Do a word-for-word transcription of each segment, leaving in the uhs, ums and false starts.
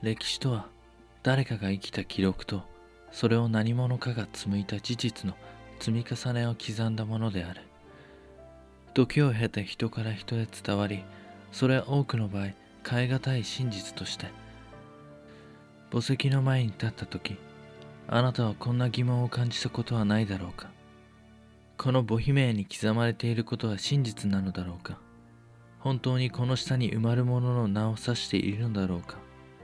歴史とは誰かが生きた記録とそれを何者かが紡いだ事実の積み重ねを刻んだものである。時を経て人から人へ伝わり、それは多くの場合変え難い真実として墓石の前に立った時、あなたはこんな疑問を感じたことはないだろうか。この墓碑銘に刻まれていることは真実なのだろうか。本当にこの下に埋まるものの名を指しているのだろうか。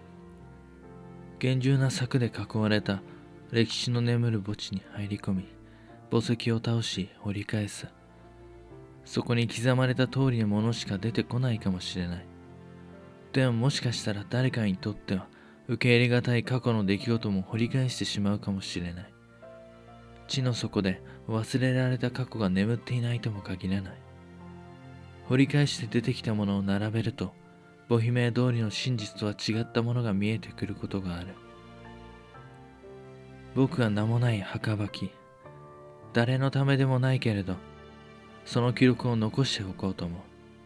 厳重な柵で囲われた歴史の眠る墓地に入り込み、墓石を倒し掘り返す。そこに刻まれた通りのものしか出てこないかもしれない。でももしかしたら誰かにとっては受け入れがたい過去の出来事も掘り返してしまうかもしれない。地の底で忘れられた過去が眠っていないとも限らない。掘り返して出てきたものを並べると、墓碑銘通りの真実とは違ったものが見えてくることがある。僕は名もない墓場き、誰のためでもないけれど、その記録を残しておこうと思う。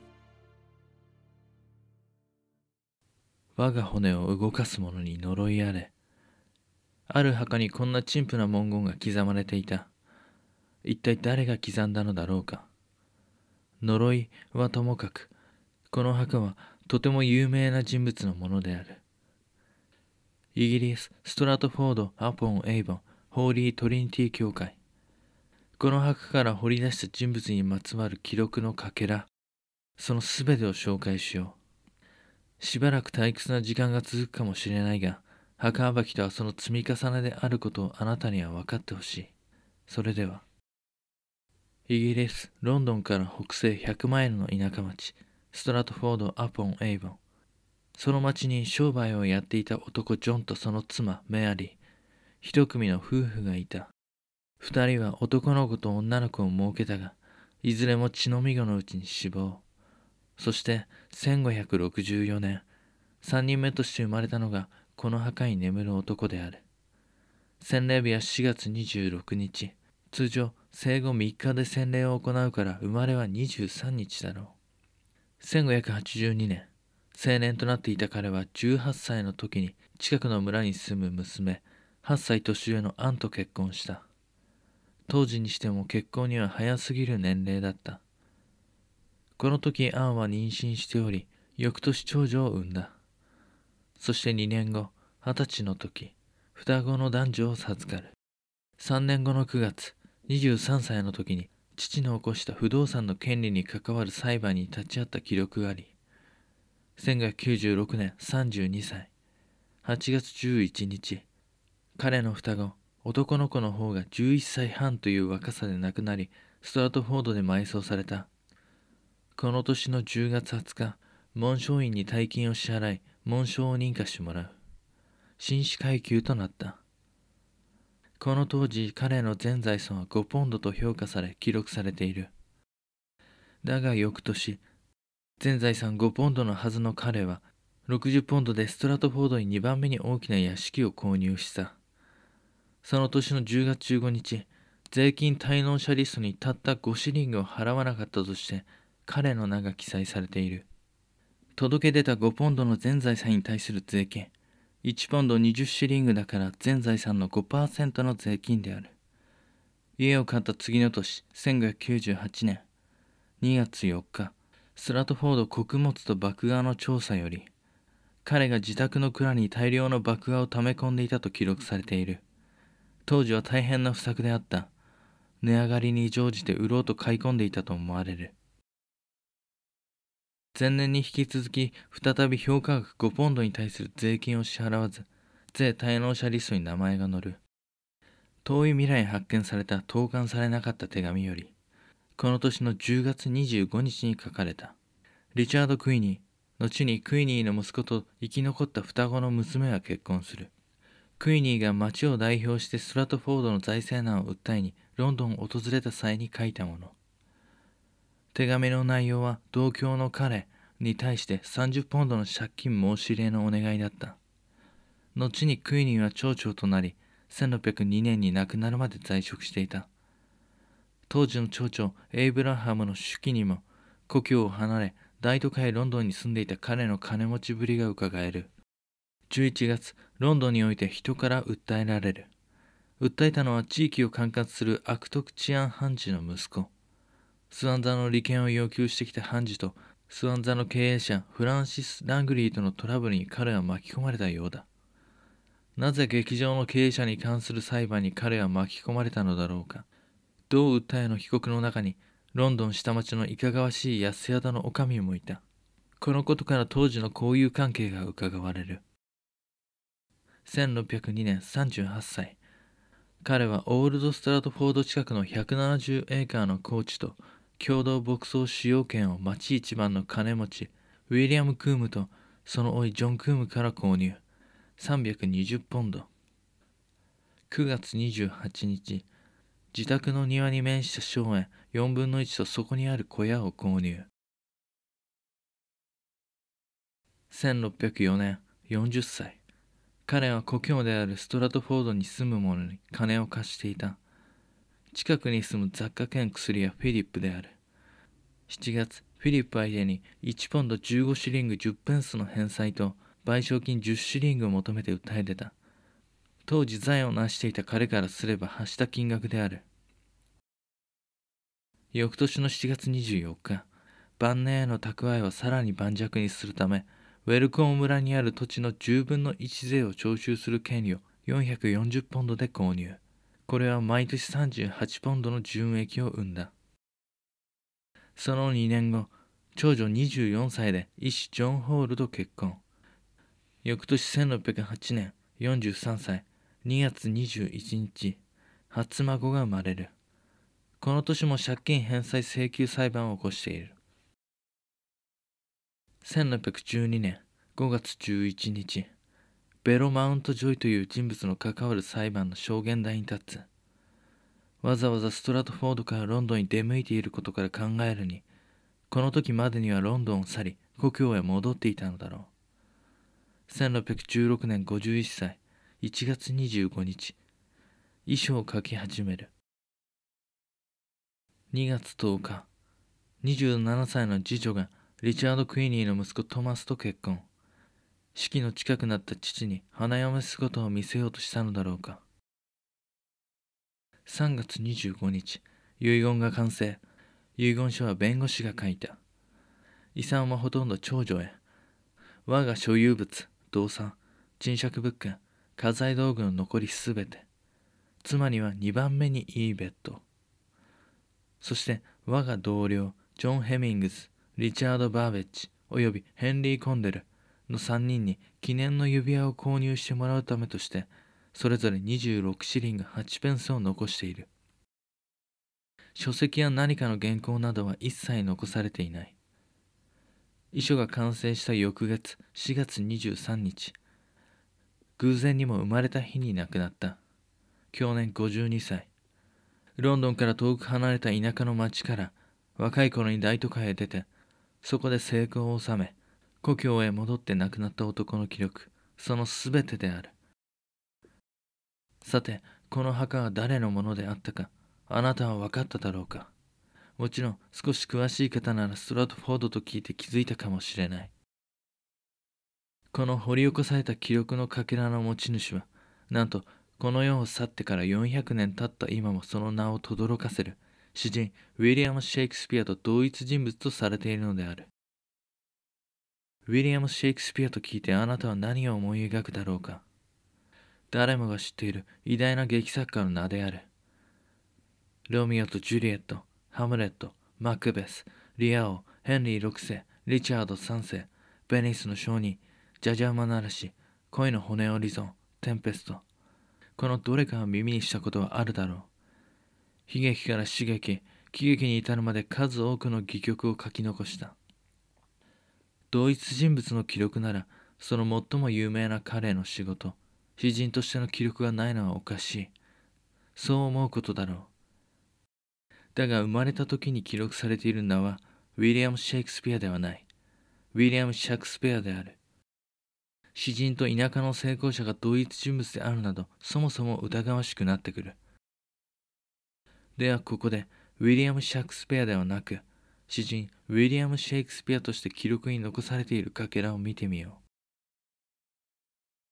我が骨を動かす者に呪いあれ。ある墓にこんな陳腐な文言が刻まれていた。一体誰が刻んだのだろうか。呪いはともかく、この墓はとても有名な人物のものである。イギリス・ストラトフォード・アポン・エイボン・ホーリー・トリニティ教会。この墓から掘り出した人物にまつわる記録のかけら、そのすべてを紹介しよう。しばらく退屈な時間が続くかもしれないが、墓暴きとはその積み重ねであることをあなたには分かってほしい。それでは、イギリス・ロンドンから北西ひゃくマイルの田舎町、ストラトフォード・アポン・エイボン。その町に商売をやっていた男ジョンとその妻メアリー、一組の夫婦がいた。二人は男の子と女の子を設けたが、いずれも血のみ子のうちに死亡。そしてせんごひゃくろくじゅうよねん、三人目として生まれたのがこの墓に眠る男である。洗礼日はしがつにじゅうろくにち。通常生後みっかで洗礼を行うから生まれはにじゅうさんにちだろう。せんごひゃくはちじゅうにねん、青年となっていた彼はじゅうはっさいの時に近くの村に住む娘、はっさい年上のアンと結婚した。当時にしても結婚には早すぎる年齢だった。この時アンは妊娠しており、翌年長女を産んだ。そしてにねんご、はたちの時、双子の男女を授かる。さんねんごのくがつ、にじゅうさんさいの時に父の起こした不動産の権利に関わる裁判に立ち会った記録があり、せんごひゃくきゅうじゅうろくねんさんじゅうにさい、はちがつじゅういちにち、彼の双子、男の子の方がじゅういっさいはんという若さで亡くなり、ストラトフォードで埋葬された。この年のじゅうがつはつか、紋章院に大金を支払い、紋章を認可してもらう。紳士階級となった。この当時、彼の全財産はごポンドと評価され記録されている。だが翌年、全財産ごポンドのはずの彼は、ろくじゅうポンドでストラトフォードににばんめに大きな屋敷を購入した。その年のじゅうがつじゅうごにち、税金滞納者リストにたったごシリングを払わなかったとして、彼の名が記載されている。届け出たごポンドの全財産に対する税金、いちポンドにじゅうシリングだから全財産の ごパーセント の税金である。家を買った次の年、せんごひゃくきゅうじゅうはちねんにがつよっか、ストラトフォード穀物と麦芽の調査より、彼が自宅の蔵に大量の麦芽を溜め込んでいたと記録されている。当時は大変な不作であった。値上がりに乗じて売ろうと買い込んでいたと思われる。前年に引き続き再び評価額ごポンドに対する税金を支払わず、税滞納者リストに名前が載る。遠い未来に発見された投函されなかった手紙より、この年のじゅうがつにじゅうごにちに書かれた。リチャード・クイニー、後にクイニーの息子と生き残った双子の娘は結婚する。クイニーが町を代表してストラトフォードの財政難を訴えにロンドンを訪れた際に書いたもの。手紙の内容は同郷の彼に対してさんじゅうポンドの借金申し入れのお願いだった。後にクイニーは町長となり、せんろっぴゃくにねんに亡くなるまで在職していた。当時の町長エイブラハムの手記にも、故郷を離れ大都会ロンドンに住んでいた彼の金持ちぶりがうかがえる。 じゅういちがつ、ロンドンにおいて人から訴えられる。訴えたのは地域を管轄する悪徳治安判事の息子。スワン座の利権を要求してきた判事とスワン座の経営者フランシス・ラングリーとのトラブルに彼は巻き込まれたようだ。なぜ劇場の経営者に関する裁判に彼は巻き込まれたのだろうか。同訴えの被告の中にロンドン下町のいかがわしい安宿の女将もいた。このことから当時の交友関係がうかがわれる。せんろっぴゃくにねん、さんじゅうはっさい。彼はオールドストラトフォード近くのひゃくななじゅうエーカーの高地と共同牧草使用権を町一番の金持ちウィリアム・クームとその甥ジョン・クームから購入。さんびゃくにじゅうポンド。くがつにじゅうはちにち、自宅の庭に面した荘園よんぶんのいちとそこにある小屋を購入。せんろっぴゃくよねん、よんじゅっさい。彼は故郷であるストラトフォードに住む者に金を貸していた。近くに住む雑貨兼薬屋フィリップである。しちがつ、フィリップ相手にいちポンドじゅうごシリングじゅっペンスの返済と賠償金じゅうシリングを求めて訴え出た。当時財を成していた彼からすれば発した金額である。翌年のしちがつにじゅうよっか、晩年への蓄えをさらに盤石にするため、ウェルコーム村にある土地のじゅうぶんのいち税を徴収する権利をよんひゃくよんじゅうポンドで購入。これは毎年さんじゅうはちポンドの純益を生んだ。そのにねんご、長女にじゅうよんさいで医師ジョン・ホールと結婚。翌年せんろっぴゃくはちねん、よんじゅうさんさい、にがつにじゅういちにち、初孫が生まれる。この年も借金返済請求裁判を起こしている。せんろっぴゃくじゅうにねんごがつじゅういちにち、ベロ・マウント・ジョイという人物の関わる裁判の証言台に立つ。わざわざストラトフォードからロンドンに出向いていることから考えるに、この時までにはロンドンを去り、故郷へ戻っていたのだろう。せんろっぴゃくじゅうろくねんごじゅういっさい、いちがつにじゅうごにち、遺書を書き始める。にがつとおか、にじゅうななさいの次女がリチャード・クイニーの息子トマスと結婚。式の近くなった父に花嫁姿を見せようとしたのだろうか。さんがつにじゅうごにち、遺言が完成。遺言書は弁護士が書いた。遺産はほとんど長女へ。我が所有物、動産、賃借物件、家財道具の残りすべて。妻にはにばんめにいいベッド。そして我が同僚、ジョン・ヘミングス、リチャード・バーベッジ、およびヘンリー・コンデルのさんにんに記念の指輪を購入してもらうためとして、それぞれにじゅうろくシリングはちペンスを残している。書籍や何かの原稿などは一切残されていない。遺書が完成した翌月しがつにじゅうさんにち、偶然にも生まれた日に亡くなった。享年ごじゅうにさい。ロンドンから遠く離れた田舎の町から若い頃に大都会へ出て、そこで成功を収め、故郷へ戻って亡くなった男の記録、そのすべてである。さて、この墓は誰のものであったか、あなたは分かっただろうか。もちろん少し詳しい方ならストラトフォードと聞いて気づいたかもしれない。この掘り起こされた記録のかけらの持ち主は、なんとこの世を去ってからよんひゃくねん経った今もその名を轟かせる詩人ウィリアム・シェイクスピアと同一人物とされているのである。ウィリアム・シェイクスピアと聞いてあなたは何を思い描くだろうか。誰もが知っている偉大な劇作家の名である。ロミオとジュリエット、ハムレット、マクベス、リア王、ヘンリーろくせい、リチャードさんせい、ベニスの商人、ジャジャ馬ならし、恋の骨折り損、テンペスト。このどれかは耳にしたことはあるだろう。悲劇から死劇、喜劇に至るまで数多くの戯曲を書き残した。同一人物の記録なら、その最も有名な彼の仕事、詩人としての記録がないのはおかしい。そう思うことだろう。だが生まれた時に記録されている名はウィリアム・シェイクスピアではない。ウィリアム・シャクスペアである。詩人と田舎の成功者が同一人物であるなど、そもそも疑わしくなってくる。ではここで、ウィリアム・シャクスペアではなく、詩人ウィリアム・シェイクスピアとして記録に残されているかけらを見てみよう。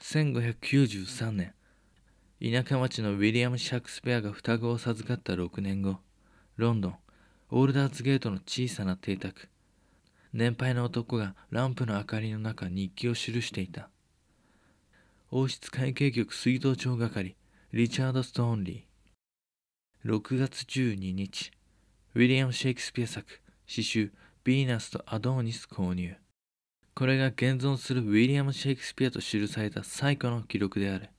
せんごひゃくきゅうじゅうさんねん、田舎町のウィリアム・シェイクスピアが双子を授かったろくねんご、ロンドン、オールダーツゲートの小さな邸宅。年配の男がランプの明かりの中日記を記していた。王室会計局水道庁係、リチャード・ストーンリー。ろくがつじゅうににち、ウィリアム・シェイクスピア作、詩集、ヴィーナスとアドーニス購入。これが現存するウィリアム・シェイクスピアと記された最古の記録である。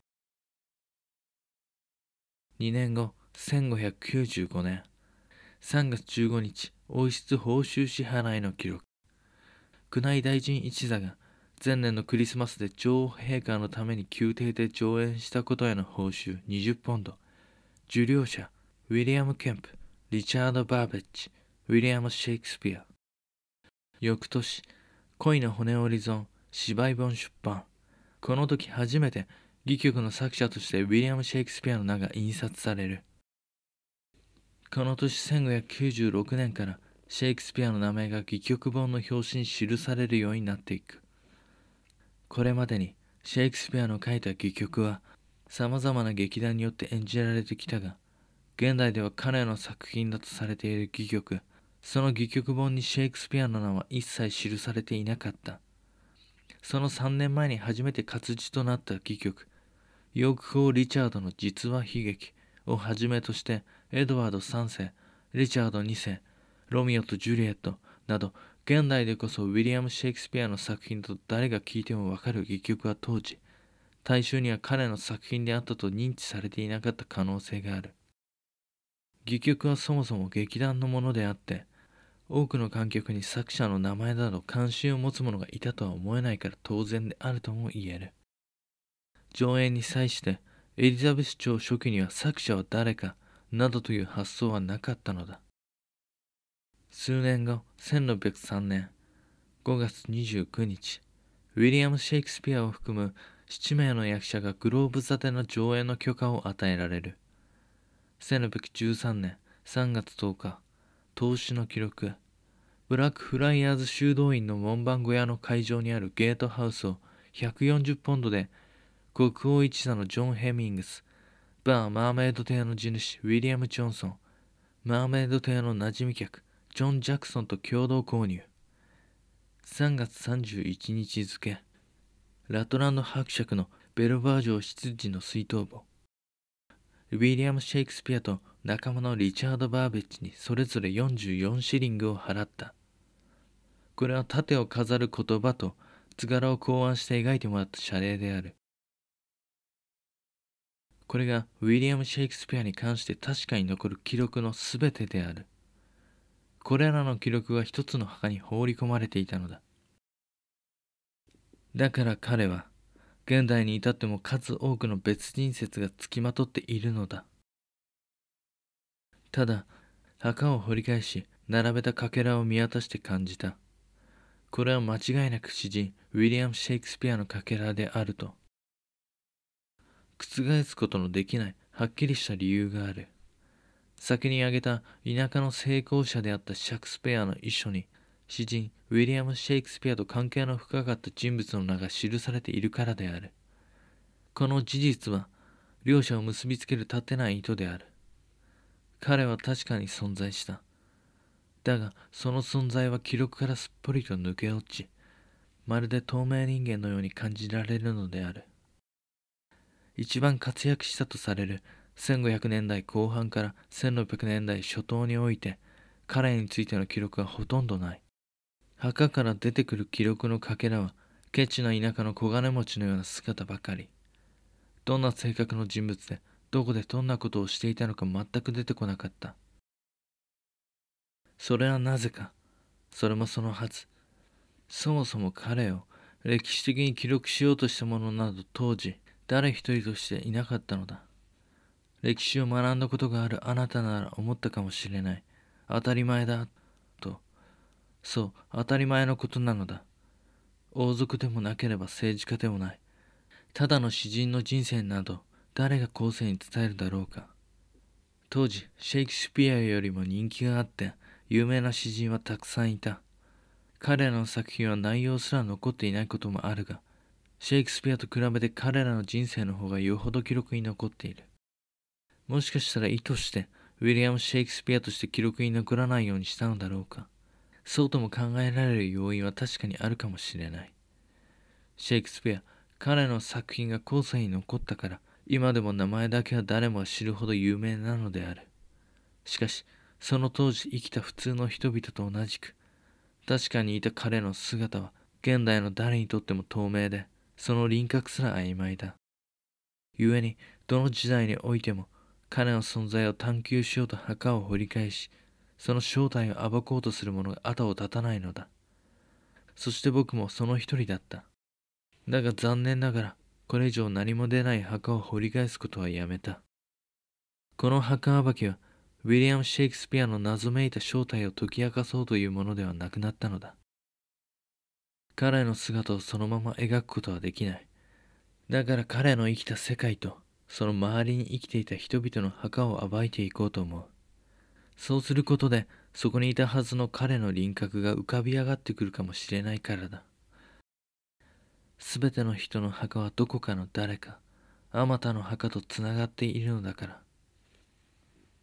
にねんご、せんごひゃくきゅうじゅうごねんさんがつじゅうごにち、王室報酬支払いの記録。宮内大臣一座が前年のクリスマスで女王陛下のために宮廷で上演したことへの報酬にじゅうポンド。受領者、ウィリアム・ケンプ、リチャード・バーベッジ、ウィリアム・シェイクスピア。翌年、恋の骨折り損、芝居本出版。この時初めて戯曲の作者としてウィリアム・シェイクスピアの名が印刷される。この年せんごひゃくきゅうじゅうろくねんからシェイクスピアの名前が戯曲本の表紙に記されるようになっていく。これまでにシェイクスピアの書いた戯曲はさまざまな劇団によって演じられてきたが、現代では彼の作品だとされている戯曲、その戯曲本にシェイクスピアの名は一切記されていなかった。そのさんねんまえに初めて活字となった戯曲、ヨーク公リチャードの実話悲劇をはじめとして、エドワードさんせい、リチャードにせい、ロミオとジュリエットなど、現代でこそウィリアム・シェイクスピアの作品と誰が聴いてもわかる戯曲は当時、大衆には彼の作品であったと認知されていなかった可能性がある。戯曲はそもそも劇団のものであって、多くの観客に作者の名前など関心を持つ者がいたとは思えないから当然であるとも言える。上演に際してエリザベス朝初期には作者は誰かなどという発想はなかったのだ。数年後、せんろっぴゃくさんねんごがつにじゅうくにち、ウィリアム・シェイクスピアを含むななめいの役者がグローブ座での上演の許可を与えられる。せんろっぴゃくじゅうさんねんさんがつとおか、投資の記録。ブラックフライヤーズ修道院の門番小屋の会場にあるゲートハウスをひゃくよんじゅうポンドで国王一座のジョン・ヘミングス、バー・マーメイド邸の地主ウィリアム・ジョンソン、マーメイド邸の馴染み客ジョン・ジャクソンと共同購入。さんがつさんじゅういちにち付、ラトランド伯爵のベルバー城執事の追悼簿。ウィリアム・シェイクスピアと仲間のリチャード・バーベッジにそれぞれよんじゅうよんシリングを払った。これは盾を飾る言葉と図柄を考案して描いてもらった謝礼である。これがウィリアム・シェイクスピアに関して確かに残る記録のすべてである。これらの記録は一つの墓に放り込まれていたのだ。だから彼は現代に至っても数多くの別人説がつきまとっているのだ。ただ墓を掘り返し並べたかけらを見渡して感じた。これは間違いなく詩人ウィリアム・シェイクスピアのかけらであると。覆すことのできないはっきりした理由がある。先に挙げた田舎の成功者であったシェイクスピアの遺書に詩人ウィリアム・シェイクスピアと関係の深かった人物の名が記されているからである。この事実は両者を結びつける立てない糸である。彼は確かに存在した。だがその存在は記録からすっぽりと抜け落ち、まるで透明人間のように感じられるのである。一番活躍したとされるせんごひゃくねんだいこう半からせんろっぴゃくねんだい初頭において彼についての記録はほとんどない。墓から出てくる記録のかけらはケチな田舎の小金持ちのような姿ばかり。どんな性格の人物でどこでどんなことをしていたのか全く出てこなかった。それはなぜか。それもそのはず。そもそも彼を歴史的に記録しようとした者など当時誰一人としていなかったのだ。歴史を学んだことがあるあなたなら思ったかもしれない。当たり前だと。そう、当たり前のことなのだ。王族でもなければ政治家でもない。ただの詩人の人生など誰が後世に伝えるだろうか。当時シェイクスピアよりも人気があって有名な詩人はたくさんいた。彼らの作品は内容すら残っていないこともあるが、 シェイクスピアと比べて彼らの人生の方がよほど記録に残っている。もしかしたら意図してウィリアム・シェイクスピアとして記録に残らないようにしたのだろうか。そうとも考えられる要因は確かにあるかもしれない。シェイクスピア、彼の作品が後世に残ったから、今でも名前だけは誰もが知るほど有名なのである。しかし、その当時生きた普通の人々と同じく、確かにいた彼の姿は、現代の誰にとっても透明で、その輪郭すら曖昧だ。故に、どの時代においても、彼の存在を探求しようと墓を掘り返し、その正体を暴こうとする者が後を絶たないのだ。そして僕もその一人だった。だが残念ながら、これ以上何も出ない墓を掘り返すことはやめた。この墓暴きは、ウィリアム・シェイクスピアの謎めいた正体を解き明かそうというものではなくなったのだ。彼の姿をそのまま描くことはできない。だから彼の生きた世界と、その周りに生きていた人々の墓を暴いていこうと思う。そうすることで、そこにいたはずの彼の輪郭が浮かび上がってくるかもしれないからだ。すべての人の墓はどこかの誰か、あまたの墓とつながっているのだから。